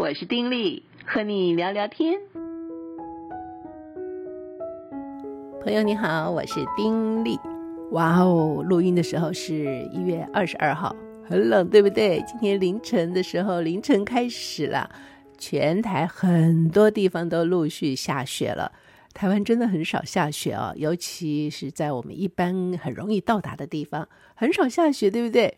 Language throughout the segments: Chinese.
我是丁莉，和你聊聊天。朋友你好，我是丁莉。哇哦，录音的时候是1月22号，很冷对不对？今天凌晨的时候，凌晨开始了，全台很多地方都陆续下雪了。台湾真的很少下雪哦，尤其是在我们一般很容易到达的地方，很少下雪，对不对？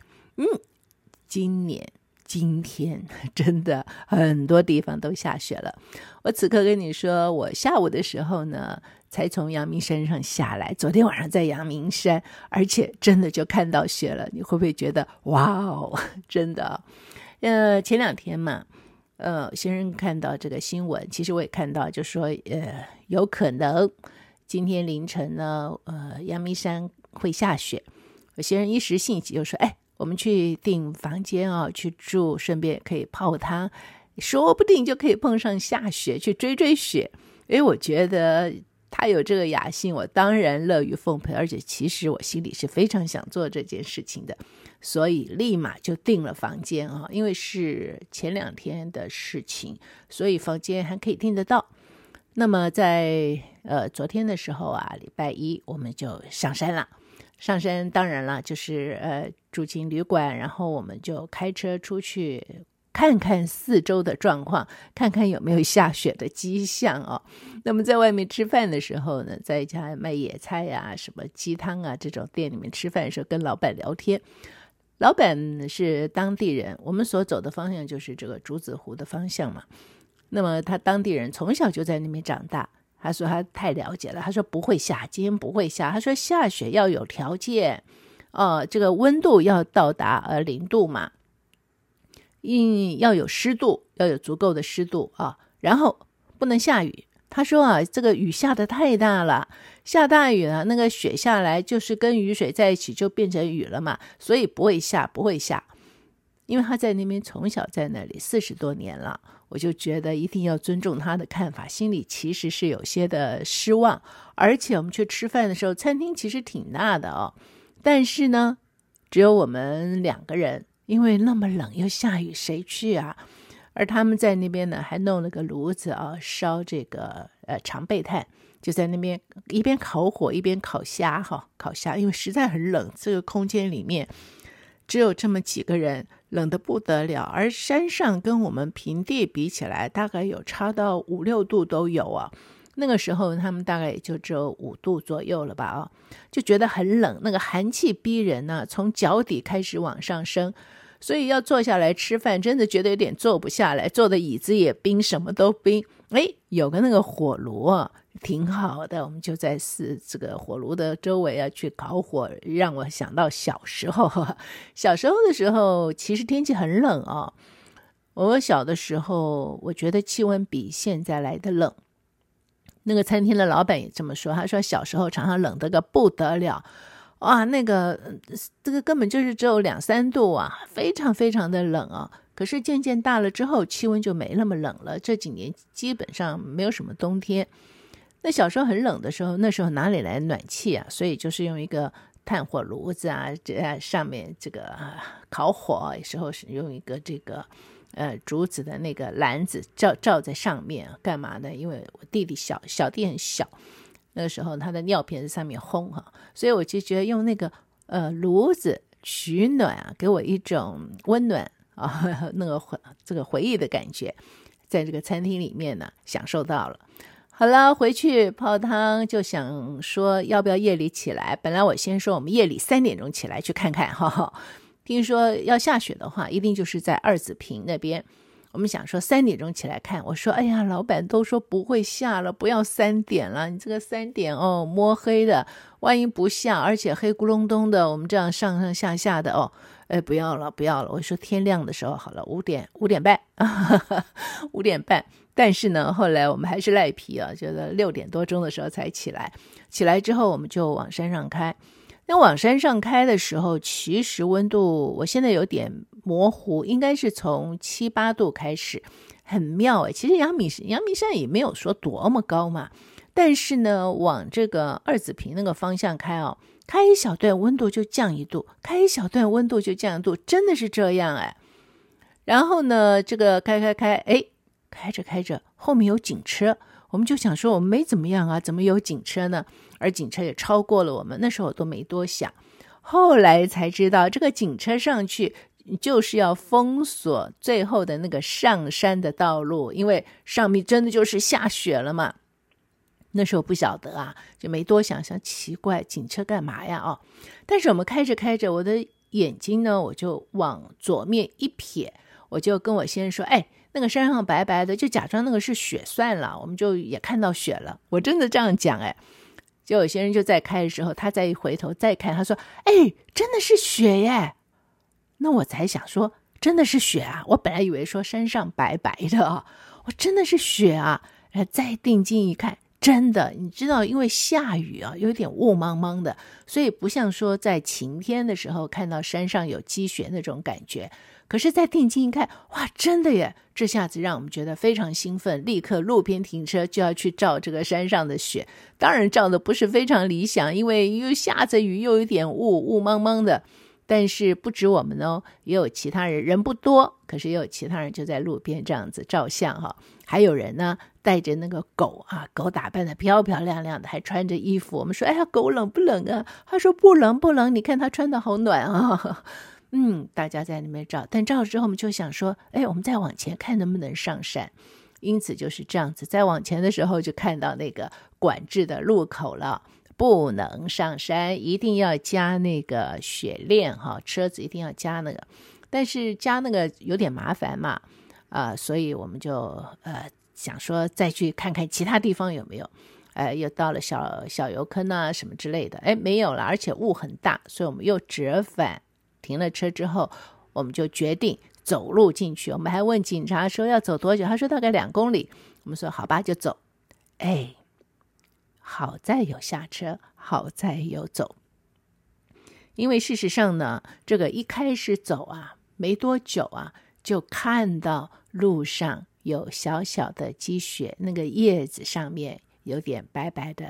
今天真的很多地方都下雪了。我此刻跟你说，我下午的时候呢，才从阳明山上下来，昨天晚上在阳明山，而且真的就看到雪了。你会不会觉得哇哦，真的前2天嘛，先生看到这个新闻，其实我也看到，就说有可能今天凌晨呢，阳明山会下雪。有些人一时兴起就说，我们去订房间去住，顺便可以泡汤，说不定就可以碰上下雪，去追雪。我觉得他有这个雅兴，我当然乐于奉陪，而且其实我心里是非常想做这件事情的，所以立马就订了房间因为是前2天的事情，所以房间还可以订得到。那么在昨天的时候礼拜一我们就上山了。上山当然了，就是住进旅馆，然后我们就开车出去看看四周的状况，看看有没有下雪的迹象那么在外面吃饭的时候呢，在一家卖野菜什么鸡汤这种店里面吃饭的时候，跟老板聊天。老板是当地人，我们所走的方向就是这个竹子湖的方向嘛。那么他当地人从小就在那边长大，他说他太了解了，他说不会下，今天不会下，他说下雪要有条件这个温度要到达0度嘛，要有湿度，要有足够的湿度然后不能下雨。他说这个雨下得太大了，下大雨那个雪下来就是跟雨水在一起就变成雨了嘛，所以不会下。因为他在那边从小在那里40多年了，我就觉得一定要尊重他的看法，心里其实是有些的失望。而且我们去吃饭的时候，餐厅其实挺大的但是呢只有我们2个人，因为那么冷又下雨，谁去啊？而他们在那边呢还弄了个炉子烧这个长背炭，就在那边一边烤火一边烤虾烤虾，因为实在很冷，这个空间里面只有这么几个人，冷得不得了。而山上跟我们平地比起来，大概有差到5、6度都有那个时候他们大概也就只有5度左右了吧就觉得很冷，那个寒气逼人从脚底开始往上升，所以要坐下来吃饭真的觉得有点坐不下来，坐的椅子也冰，什么都冰。有个那个火炉挺好的，我们就在这个火炉的周围去烤火，让我想到小时候的时候其实天气很冷我小的时候我觉得气温比现在来的冷，那个餐厅的老板也这么说，他说小时候常常冷得个不得了那个这个根本就是只有2、3度非常非常的冷可是渐渐大了之后，气温就没那么冷了，这几年基本上没有什么冬天。那小时候很冷的时候，那时候哪里来暖气所以就是用一个炭火炉子上面这个烤火有时候是用一个这个竹子的那个篮子罩在上面干嘛呢？因为我弟弟小弟很小，那个时候他的尿片在上面烘所以我就觉得用那个炉子取暖给我一种温暖那个这个回忆的感觉，在这个餐厅里面呢享受到了。好了，回去泡汤就想说要不要夜里起来，本来我先说我们夜里3点钟起来去看看听说要下雪的话一定就是在二子坪那边，我们想说3点钟起来看，我说老板都说不会下了，不要3点了，你这个3点摸黑的，万一不下，而且黑咕隆咚的，我们这样上上下下的不要了，我说天亮的时候好了，5点半5点半。但是呢后来我们还是赖皮觉得6点多钟的时候才起来之后我们就往山上开。那往山上开的时候，其实温度我现在有点模糊，应该是从7、8度开始，很妙其实阳明山也没有说多么高嘛，但是呢往这个二子坪那个方向开开一小段温度就降1度，开一小段温度就降1度，真的是这样然后呢这个开开着开着，后面有警车，我们就想说我们没怎么样啊，怎么有警车呢？而警车也超过了我们，那时候我都没多想，后来才知道这个警车上去就是要封锁最后的那个上山的道路，因为上面真的就是下雪了嘛。那时候不晓得啊，就没多想，想奇怪警车干嘛呀哦。但是我们开着开着，我的眼睛呢我就往左面一瞥，我就跟我先生说，哎，那个山上白白的，就假装那个是雪算了，我们就也看到雪了。我真的这样讲哎。结果有些人就在开的时候，他再一回头再看，他说，哎，真的是雪耶。那我才想说，真的是雪啊，我本来以为说山上白白的啊，我真的是雪啊。再定睛一看，真的，你知道因为下雨啊，有点雾茫茫的，所以不像说在晴天的时候看到山上有积雪那种感觉。可是再定睛一看，哇，真的耶，这下子让我们觉得非常兴奋，立刻路边停车就要去照这个山上的雪。当然照的不是非常理想，因为又下着雨，又有点雾茫茫的。但是不止我们哦，也有其他人，人不多，可是也有其他人就在路边这样子照相哈。还有人呢带着那个狗啊，狗打扮的漂漂亮亮的，还穿着衣服。我们说，哎呀，狗冷不冷啊？他说不冷不冷，你看他穿的好暖啊。大家在那边照，但照了之后我们就想说，哎，我们再往前看能不能上山。因此就是这样子，再往前的时候就看到那个管制的路口了。不能上山，一定要加那个雪链哈，车子一定要加那个，但是加那个有点麻烦嘛，所以我们就想说再去看看其他地方有没有，又到了小油坑啊什么之类的，没有了，而且雾很大，所以我们又折返，停了车之后，我们就决定走路进去。我们还问警察说要走多久，他说大概2公里，我们说好吧就走，好在有下车，好在有走。因为事实上呢，这个一开始走啊，没多久啊，就看到路上有小小的积雪，那个叶子上面有点白白的。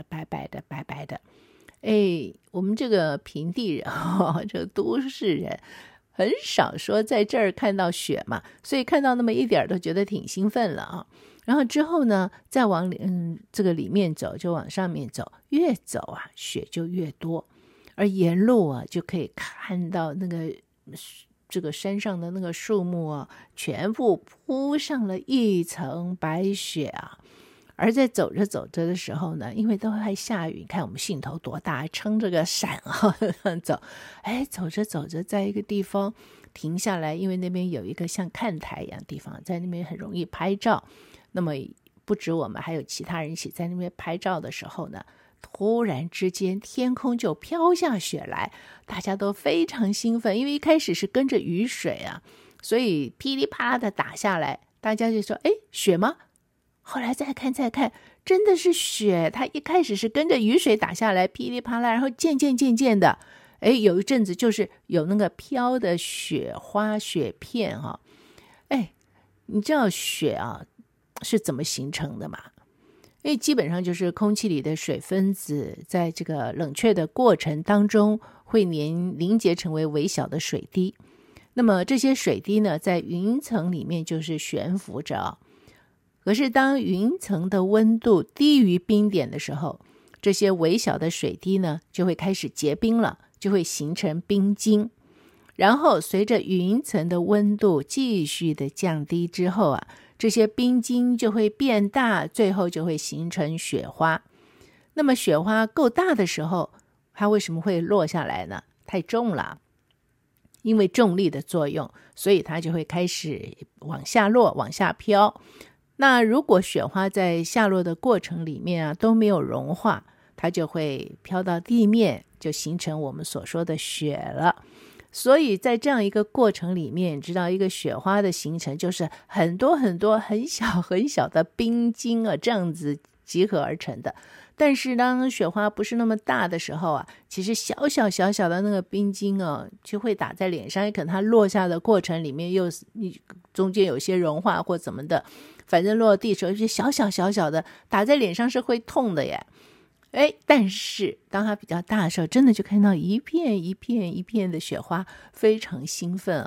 我们这个平地人这个都市人很少说在这儿看到雪嘛，所以看到那么一点都觉得挺兴奋了啊。然后之后呢，再往这个里面走，就往上面走，越走啊雪就越多，而沿路啊就可以看到那个这个山上的那个树木啊，全部铺上了一层白雪啊。而在走着走着的时候呢，因为都还下雨，你看我们兴头多大，还撑着个伞啊走。走着走着，在一个地方停下来，因为那边有一个像看台一样的地方，在那边很容易拍照。那么不止我们，还有其他人一起在那边拍照的时候呢，突然之间天空就飘下雪来，大家都非常兴奋，因为一开始是跟着雨水啊，所以噼里啪啦的打下来，大家就说雪吗？后来再看真的是雪，它一开始是跟着雨水打下来，噼里啪啦，然后渐渐的有一阵子就是有那个飘的雪花雪片哈。你知道雪啊是怎么形成的吗？因为基本上就是空气里的水分子在这个冷却的过程当中会凝结成为微小的水滴，那么这些水滴呢在云层里面就是悬浮着。可是当云层的温度低于冰点的时候，这些微小的水滴呢就会开始结冰了，就会形成冰晶。然后随着云层的温度继续的降低之后啊，这些冰晶就会变大，最后就会形成雪花。那么雪花够大的时候，它为什么会落下来呢？太重了，因为重力的作用，所以它就会开始往下落，往下飘。那如果雪花在下落的过程里面啊都没有融化，它就会飘到地面，就形成我们所说的雪了。所以在这样一个过程里面，知道一个雪花的形成就是很多很多很小很小的冰晶啊，这样子集合而成的。但是当雪花不是那么大的时候啊，其实小小的那个冰晶啊就会打在脸上，也可能它落下的过程里面又中间有些融化或怎么的，反正落地的时候就小小的打在脸上是会痛的耶。但是当它比较大的时候，真的就看到一片一片的雪花，非常兴奋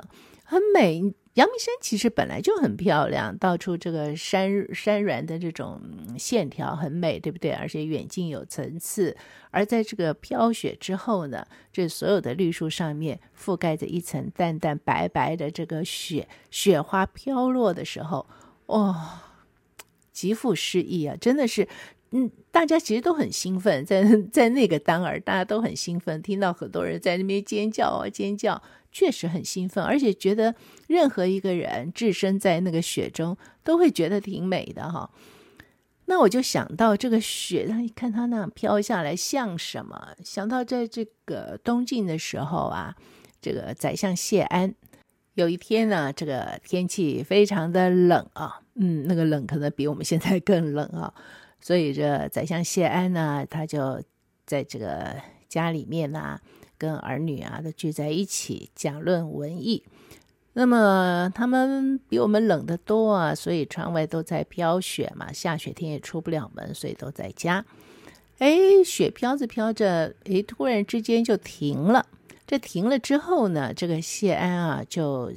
很美。阳明山其实本来就很漂亮，到处这个山峦的这种线条很美，对不对？而且远近有层次。而在这个飘雪之后呢，这所有的绿树上面覆盖着一层淡淡白白的这个雪花飘落的时候，极富诗意啊，真的是。大家其实都很兴奋，在那个当儿，大家都很兴奋，听到很多人在那边尖叫啊尖叫，确实很兴奋，而且觉得任何一个人置身在那个雪中，都会觉得挺美的哈。那我就想到这个雪，你看它那样飘下来像什么？想到在这个东晋的时候啊，这个宰相谢安，有一天呢，这个天气非常的冷啊，那个冷可能比我们现在更冷啊。所以这宰相谢安呢，他就在这个家里面啊，跟儿女啊都聚在一起讲论文艺。那么他们比我们冷得多啊，所以窗外都在飘雪嘛，下雪天也出不了门，所以都在家。雪飘着飘着，突然之间就停了。这停了之后呢，这个谢安啊，就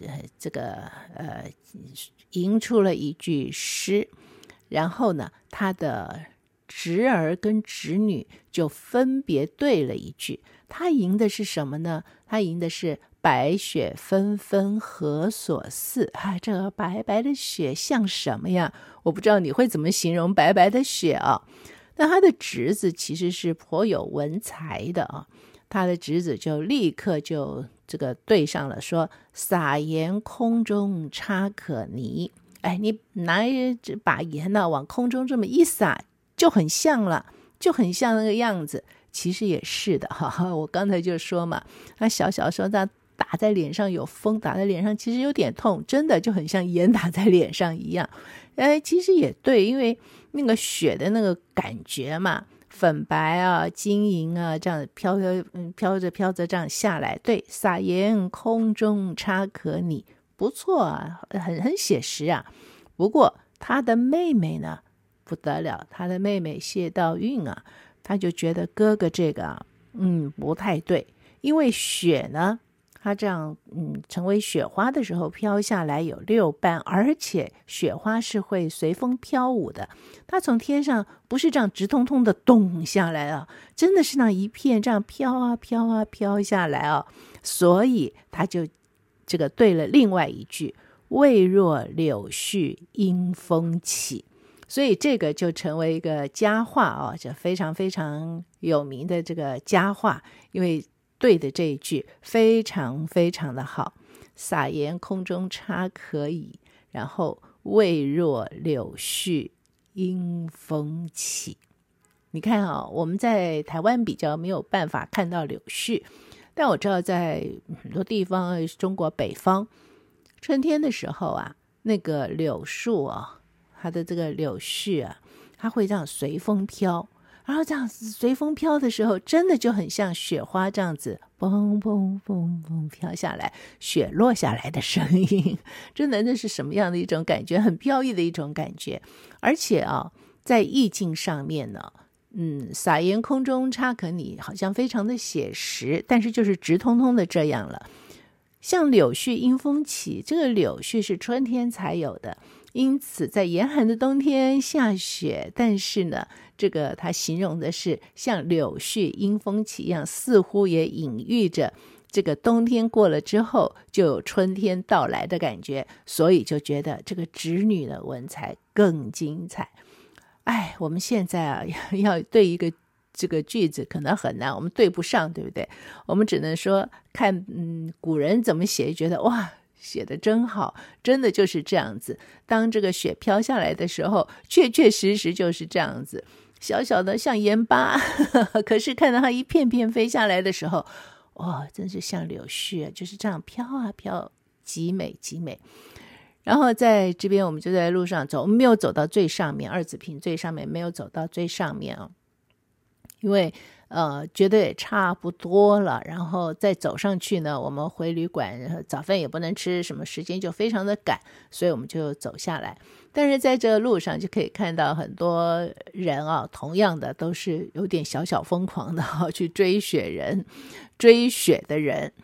吟出了一句诗。然后呢，他的侄儿跟侄女就分别对了一句，他吟的是什么呢？他吟的是白雪纷纷何所似。这个白白的雪像什么呀？我不知道你会怎么形容白白的雪啊。那他的侄子其实是颇有文才的啊，他的侄子就立刻就这个对上了，说撒盐空中差可拟。你拿一把盐呢，往空中这么一撒，就很像了，就很像那个样子。其实也是的哈，我刚才就说嘛，他小时候他打在脸上，有风打在脸上，其实有点痛，真的就很像盐打在脸上一样。其实也对，因为那个雪的那个感觉嘛，粉白啊、晶莹啊，这样飘着这样下来，对，撒盐空中差可拟。不错啊，很写实啊。不过他的妹妹呢，不得了，他的妹妹谢道韫啊，他就觉得哥哥这个不太对，因为雪呢，它这样成为雪花的时候飘下来有6瓣，而且雪花是会随风飘舞的，它从天上不是这样直通通的咚下来啊，真的是那一片这样飘啊飘啊飘下来啊，所以他就这个对了另外一句未若柳絮因风起，所以这个就成为一个佳话啊，这非常非常有名的这个佳话，因为对的这一句非常非常的好，撒盐空中差可拟，然后未若柳絮因风起。你看啊，我们在台湾比较没有办法看到柳絮，但我知道在很多地方，中国北方春天的时候啊，那个柳树啊，它的这个柳絮啊，它会这样随风飘，然后这样随风飘的时候，真的就很像雪花这样子嘣嘣嘣嘣飘下来，雪落下来的声音，真的那是什么样的一种感觉？很飘逸的一种感觉。而且啊，在意境上面呢，撒盐空中差可拟，好像非常的写实，但是就是直通通的这样了。像柳絮因风起，这个柳絮是春天才有的，因此在严寒的冬天下雪，但是呢，这个它形容的是像柳絮因风起一样，似乎也隐喻着这个冬天过了之后就有春天到来的感觉，所以就觉得这个侄女的文采更精彩。我们现在啊要对一个这个句子可能很难，我们对不上，对不对？我们只能说看古人怎么写，觉得哇写得真好，真的就是这样子。当这个雪飘下来的时候，确确实实就是这样子，小小的像盐巴可是看到它一片片飞下来的时候，真是像柳絮，就是这样飘啊飘，极美极美。然后在这边我们就在路上走，我们没有走到最上面，二子坪最上面没有走到最上面啊，因为觉得也差不多了，然后再走上去呢，我们回旅馆，早饭也不能吃，什么时间就非常的赶，所以我们就走下来。但是在这个路上就可以看到很多人啊，同样的都是有点小小疯狂的去追雪的人。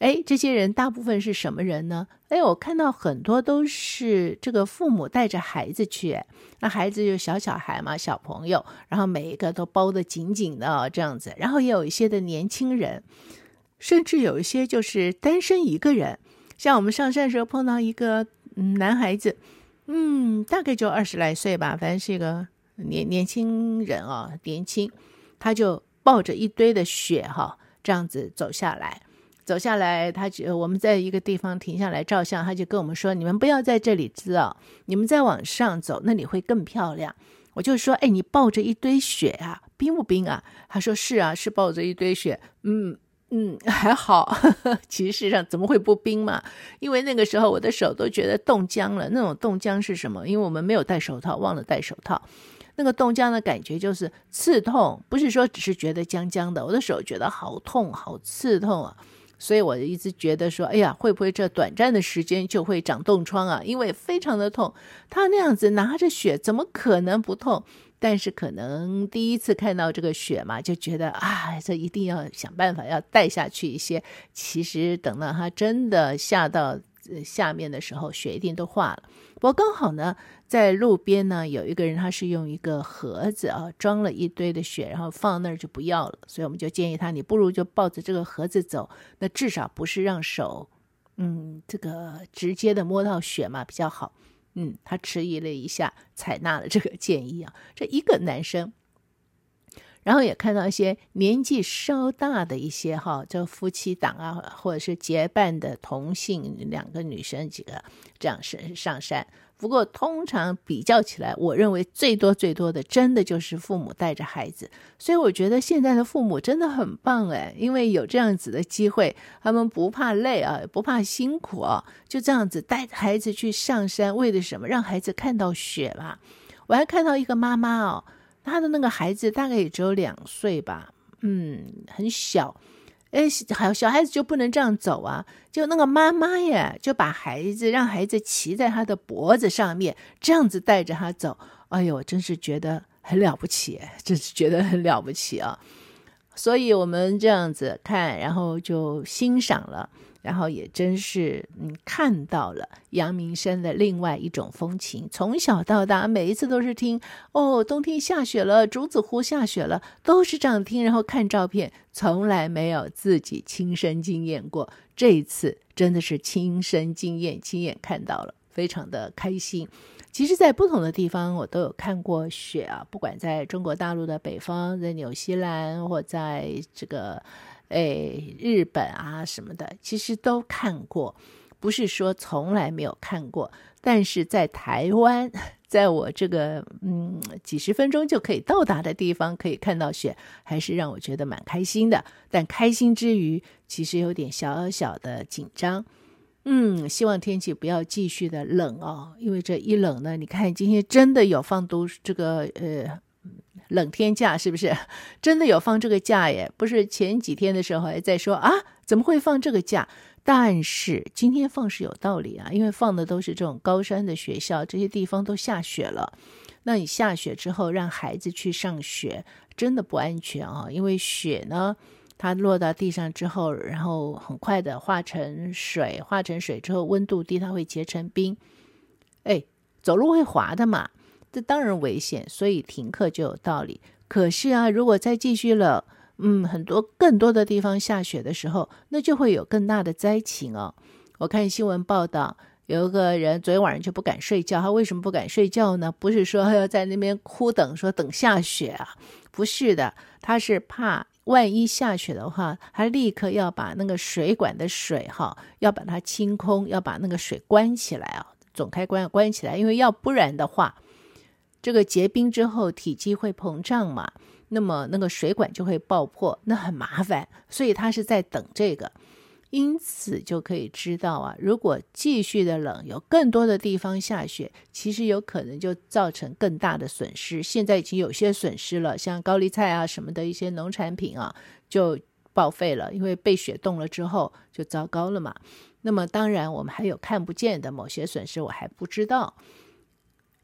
这些人大部分是什么人呢？我看到很多都是这个父母带着孩子去，那孩子就小孩嘛，小朋友，然后每一个都包得紧紧的这样子，然后也有一些的年轻人，甚至有一些就是单身一个人。像我们上山的时候碰到一个男孩子，大概就20来岁吧，反正是一个年轻人年轻，他就抱着一堆的雪这样子走下来，我们在一个地方停下来照相，他就跟我们说，你们不要在这里照，你们再往上走，那里会更漂亮。我就说，你抱着一堆雪啊，冰不冰啊？他说是啊，是抱着一堆雪，还好。其实事实上怎么会不冰嘛？因为那个时候我的手都觉得冻僵了。那种冻僵是什么？因为我们没有戴手套，忘了戴手套。那个冻僵的感觉就是刺痛，不是说只是觉得僵僵的，我的手觉得好痛好刺痛啊。所以我一直觉得说，会不会这短暂的时间就会长冻疮啊？因为非常的痛。他那样子拿着雪怎么可能不痛？但是可能第一次看到这个雪嘛，就觉得这一定要想办法要带下去一些。其实等到它真的下到下面的时候，雪一定都化了。不过刚好呢，在路边呢有一个人，他是用一个盒子装了一堆的雪，然后放那儿就不要了。所以我们就建议他，你不如就抱着这个盒子走，那至少不是让手这个直接的摸到雪嘛，比较好。他迟疑了一下，采纳了这个建议这一个男生，然后也看到一些年纪稍大的一些这夫妻档或者是结伴的同性2个女生几个这样上山。不过通常比较起来，我认为最多的真的就是父母带着孩子。所以我觉得现在的父母真的很棒因为有这样子的机会，他们不怕累不怕辛苦就这样子带着孩子去上山，为了什么？让孩子看到雪嘛。我还看到一个妈妈她的那个孩子大概也只有2岁吧，很小。小孩子就不能这样走就那个妈妈就把让孩子骑在他的脖子上面，这样子带着他走。真是觉得很了不起所以我们这样子看，然后就欣赏了，然后也真是看到了阳明山的另外一种风情。从小到大每一次都是听冬天下雪了，竹子湖下雪了，都是这样听，然后看照片，从来没有自己亲身经验过。这一次真的是亲身经验，亲眼看到了，非常的开心。其实在不同的地方我都有看过雪不管在中国大陆的北方，在纽西兰，或在这个日本什么的，其实都看过，不是说从来没有看过。但是在台湾，在我这个几十分钟就可以到达的地方可以看到雪，还是让我觉得蛮开心的。但开心之余，其实有点小小的紧张。希望天气不要继续的冷因为这一冷呢，你看今天真的有放这个冷天假，是不是？真的有放这个假耶，不是前几天的时候还在说怎么会放这个假？但是今天放是有道理因为放的都是这种高山的学校，这些地方都下雪了。那你下雪之后让孩子去上学，真的不安全因为雪呢，它落到地上之后，然后很快的化成水之后温度低，它会结成冰，走路会滑的嘛，这当然危险，所以停课就有道理。可是如果再继续了更多的地方下雪的时候，那就会有更大的灾情我看新闻报道，有一个人昨天晚上就不敢睡觉。他为什么不敢睡觉呢？不是说要在那边哭等下雪不是的，他是怕万一下雪的话，他立刻要把那个水管的水要把它清空，要把那个水关起来总开关起来，因为要不然的话，这个结冰之后体积会膨胀嘛，那么那个水管就会爆破，那很麻烦，所以他是在等这个。因此就可以知道如果继续的冷，有更多的地方下雪，其实有可能就造成更大的损失。现在已经有些损失了，像高丽菜什么的一些农产品就报废了，因为被雪冻了之后就糟糕了嘛。那么当然我们还有看不见的某些损失，我还不知道。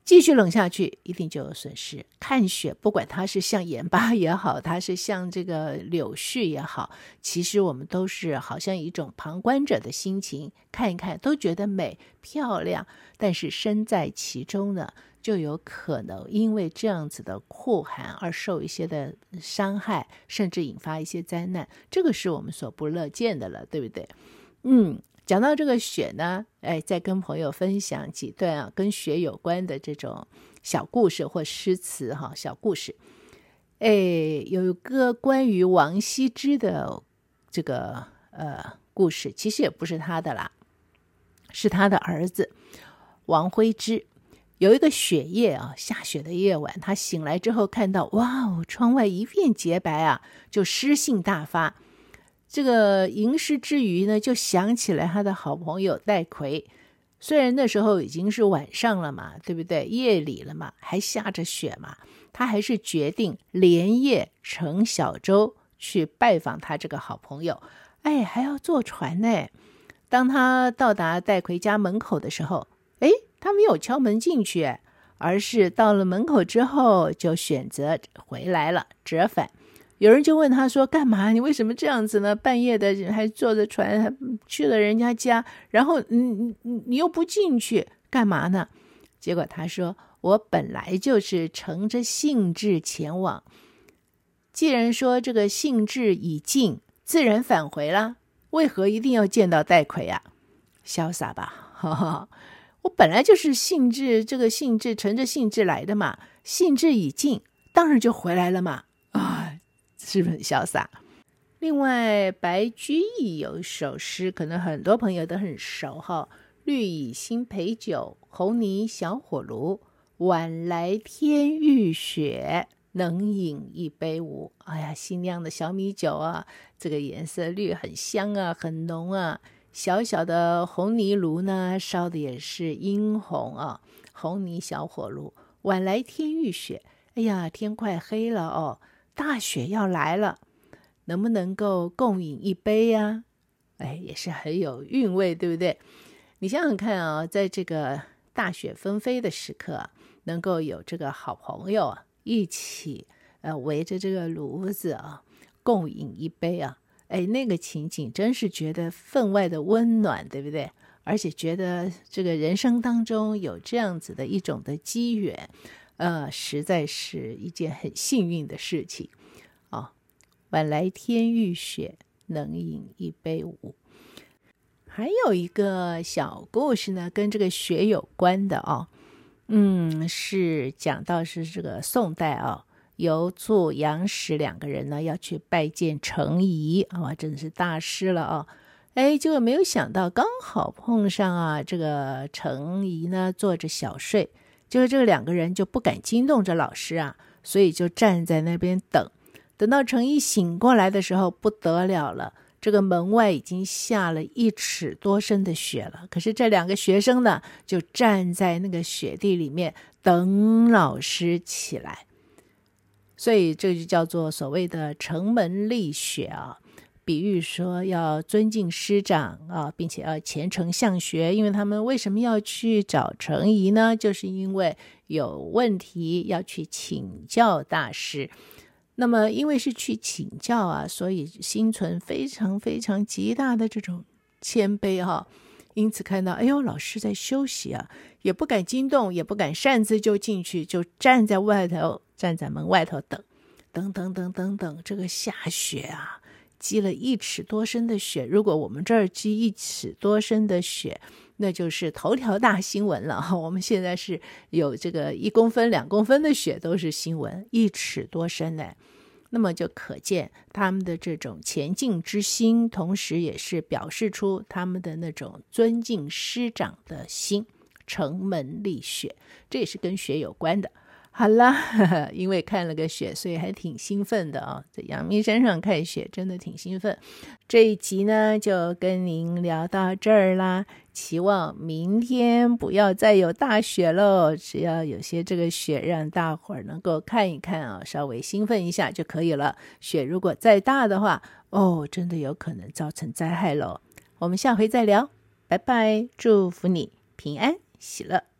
继续冷下去一定就有损失。看雪不管它是像盐巴也好，它是像这个柳絮也好，其实我们都是好像一种旁观者的心情，看一看都觉得美漂亮，但是身在其中呢，就有可能因为这样子的酷寒而受一些的伤害，甚至引发一些灾难，这个是我们所不乐见的了，对不对？讲到这个雪呢，再跟朋友分享几段啊跟雪有关的这种小故事或诗词哈，小故事。有一个关于王羲之的这个故事，其实也不是他的啦，是他的儿子王徽之。有一个雪夜啊，下雪的夜晚，他醒来之后看到，哇哦，窗外一片洁白啊，就诗兴大发。这个吟诗之余呢，就想起了他的好朋友戴逵。虽然那时候已经是晚上了嘛，对不对？夜里了嘛，还下着雪嘛，他还是决定连夜乘小舟去拜访他这个好朋友。还要坐船呢。当他到达戴逵家门口的时候，他没有敲门进去，而是到了门口之后就选择回来了，折返。有人就问他说，干嘛？你为什么这样子呢？半夜的还坐着船还去了人家家，然后你又不进去干嘛呢？结果他说，我本来就是乘着兴致前往，既然说这个兴致已尽，自然返回了，为何一定要见到戴逵啊？潇洒吧，哈哈，我本来就是乘着兴致来的嘛，兴致已尽，当然就回来了嘛。是不是很潇洒？另外，白居易有一首诗，可能很多朋友都很熟哈。绿蚁新醅酒，红泥小火炉。晚来天欲雪，能饮一杯无？新酿的小米酒啊，这个颜色绿，很香啊，很浓啊。小小的红泥炉呢，烧的也是殷红啊。红泥小火炉，晚来天欲雪。天快黑了哦。大雪要来了，能不能够共饮一杯呀？也是很有韵味，对不对？你想想看啊，在这个大雪纷飞的时刻，能够有这个好朋友啊，一起围着这个炉子啊，共饮一杯啊，那个情景真是觉得分外的温暖，对不对？而且觉得这个人生当中有这样子的一种的机缘，实在是一件很幸运的事情。晚来天欲雪，能饮一杯无。还有一个小故事呢，跟这个雪有关的哦。是讲到是这个宋代啊，由祖杨时两个人呢要去拜见程颐真的是大师了哦。结果没有想到刚好碰上啊，这个程颐呢坐着小睡，结果这两个人就不敢惊动这老师啊，所以就站在那边等到程颐醒过来的时候，不得了了，这个门外已经下了1尺多深的雪了。可是这两个学生呢，就站在那个雪地里面等老师起来。所以这就叫做所谓的城门立雪啊，比喻说要尊敬师长啊，并且要虔诚向学。因为他们为什么要去找程颐呢？就是因为有问题要去请教大师。那么因为是去请教啊，所以心存非常非常极大的这种谦卑哈。因此看到老师在休息啊，也不敢惊动，也不敢擅自就进去，就站在门外头等，这个下雪啊，积了1尺多深的雪。如果我们这儿积1尺多深的雪，那就是头条大新闻了。我们现在是有这个1公分、2公分的雪都是新闻，1尺多深呢。那么就可见他们的这种前进之心，同时也是表示出他们的那种尊敬师长的心。城门立雪，这也是跟雪有关的。好啦，因为看了个雪，所以还挺兴奋的啊！在阳明山上看雪，真的挺兴奋。这一集呢，就跟您聊到这儿啦。期望明天不要再有大雪喽，只要有些这个雪让大伙儿能够看一看啊，稍微兴奋一下就可以了。雪如果再大的话，真的有可能造成灾害喽。我们下回再聊，拜拜，祝福你平安喜乐。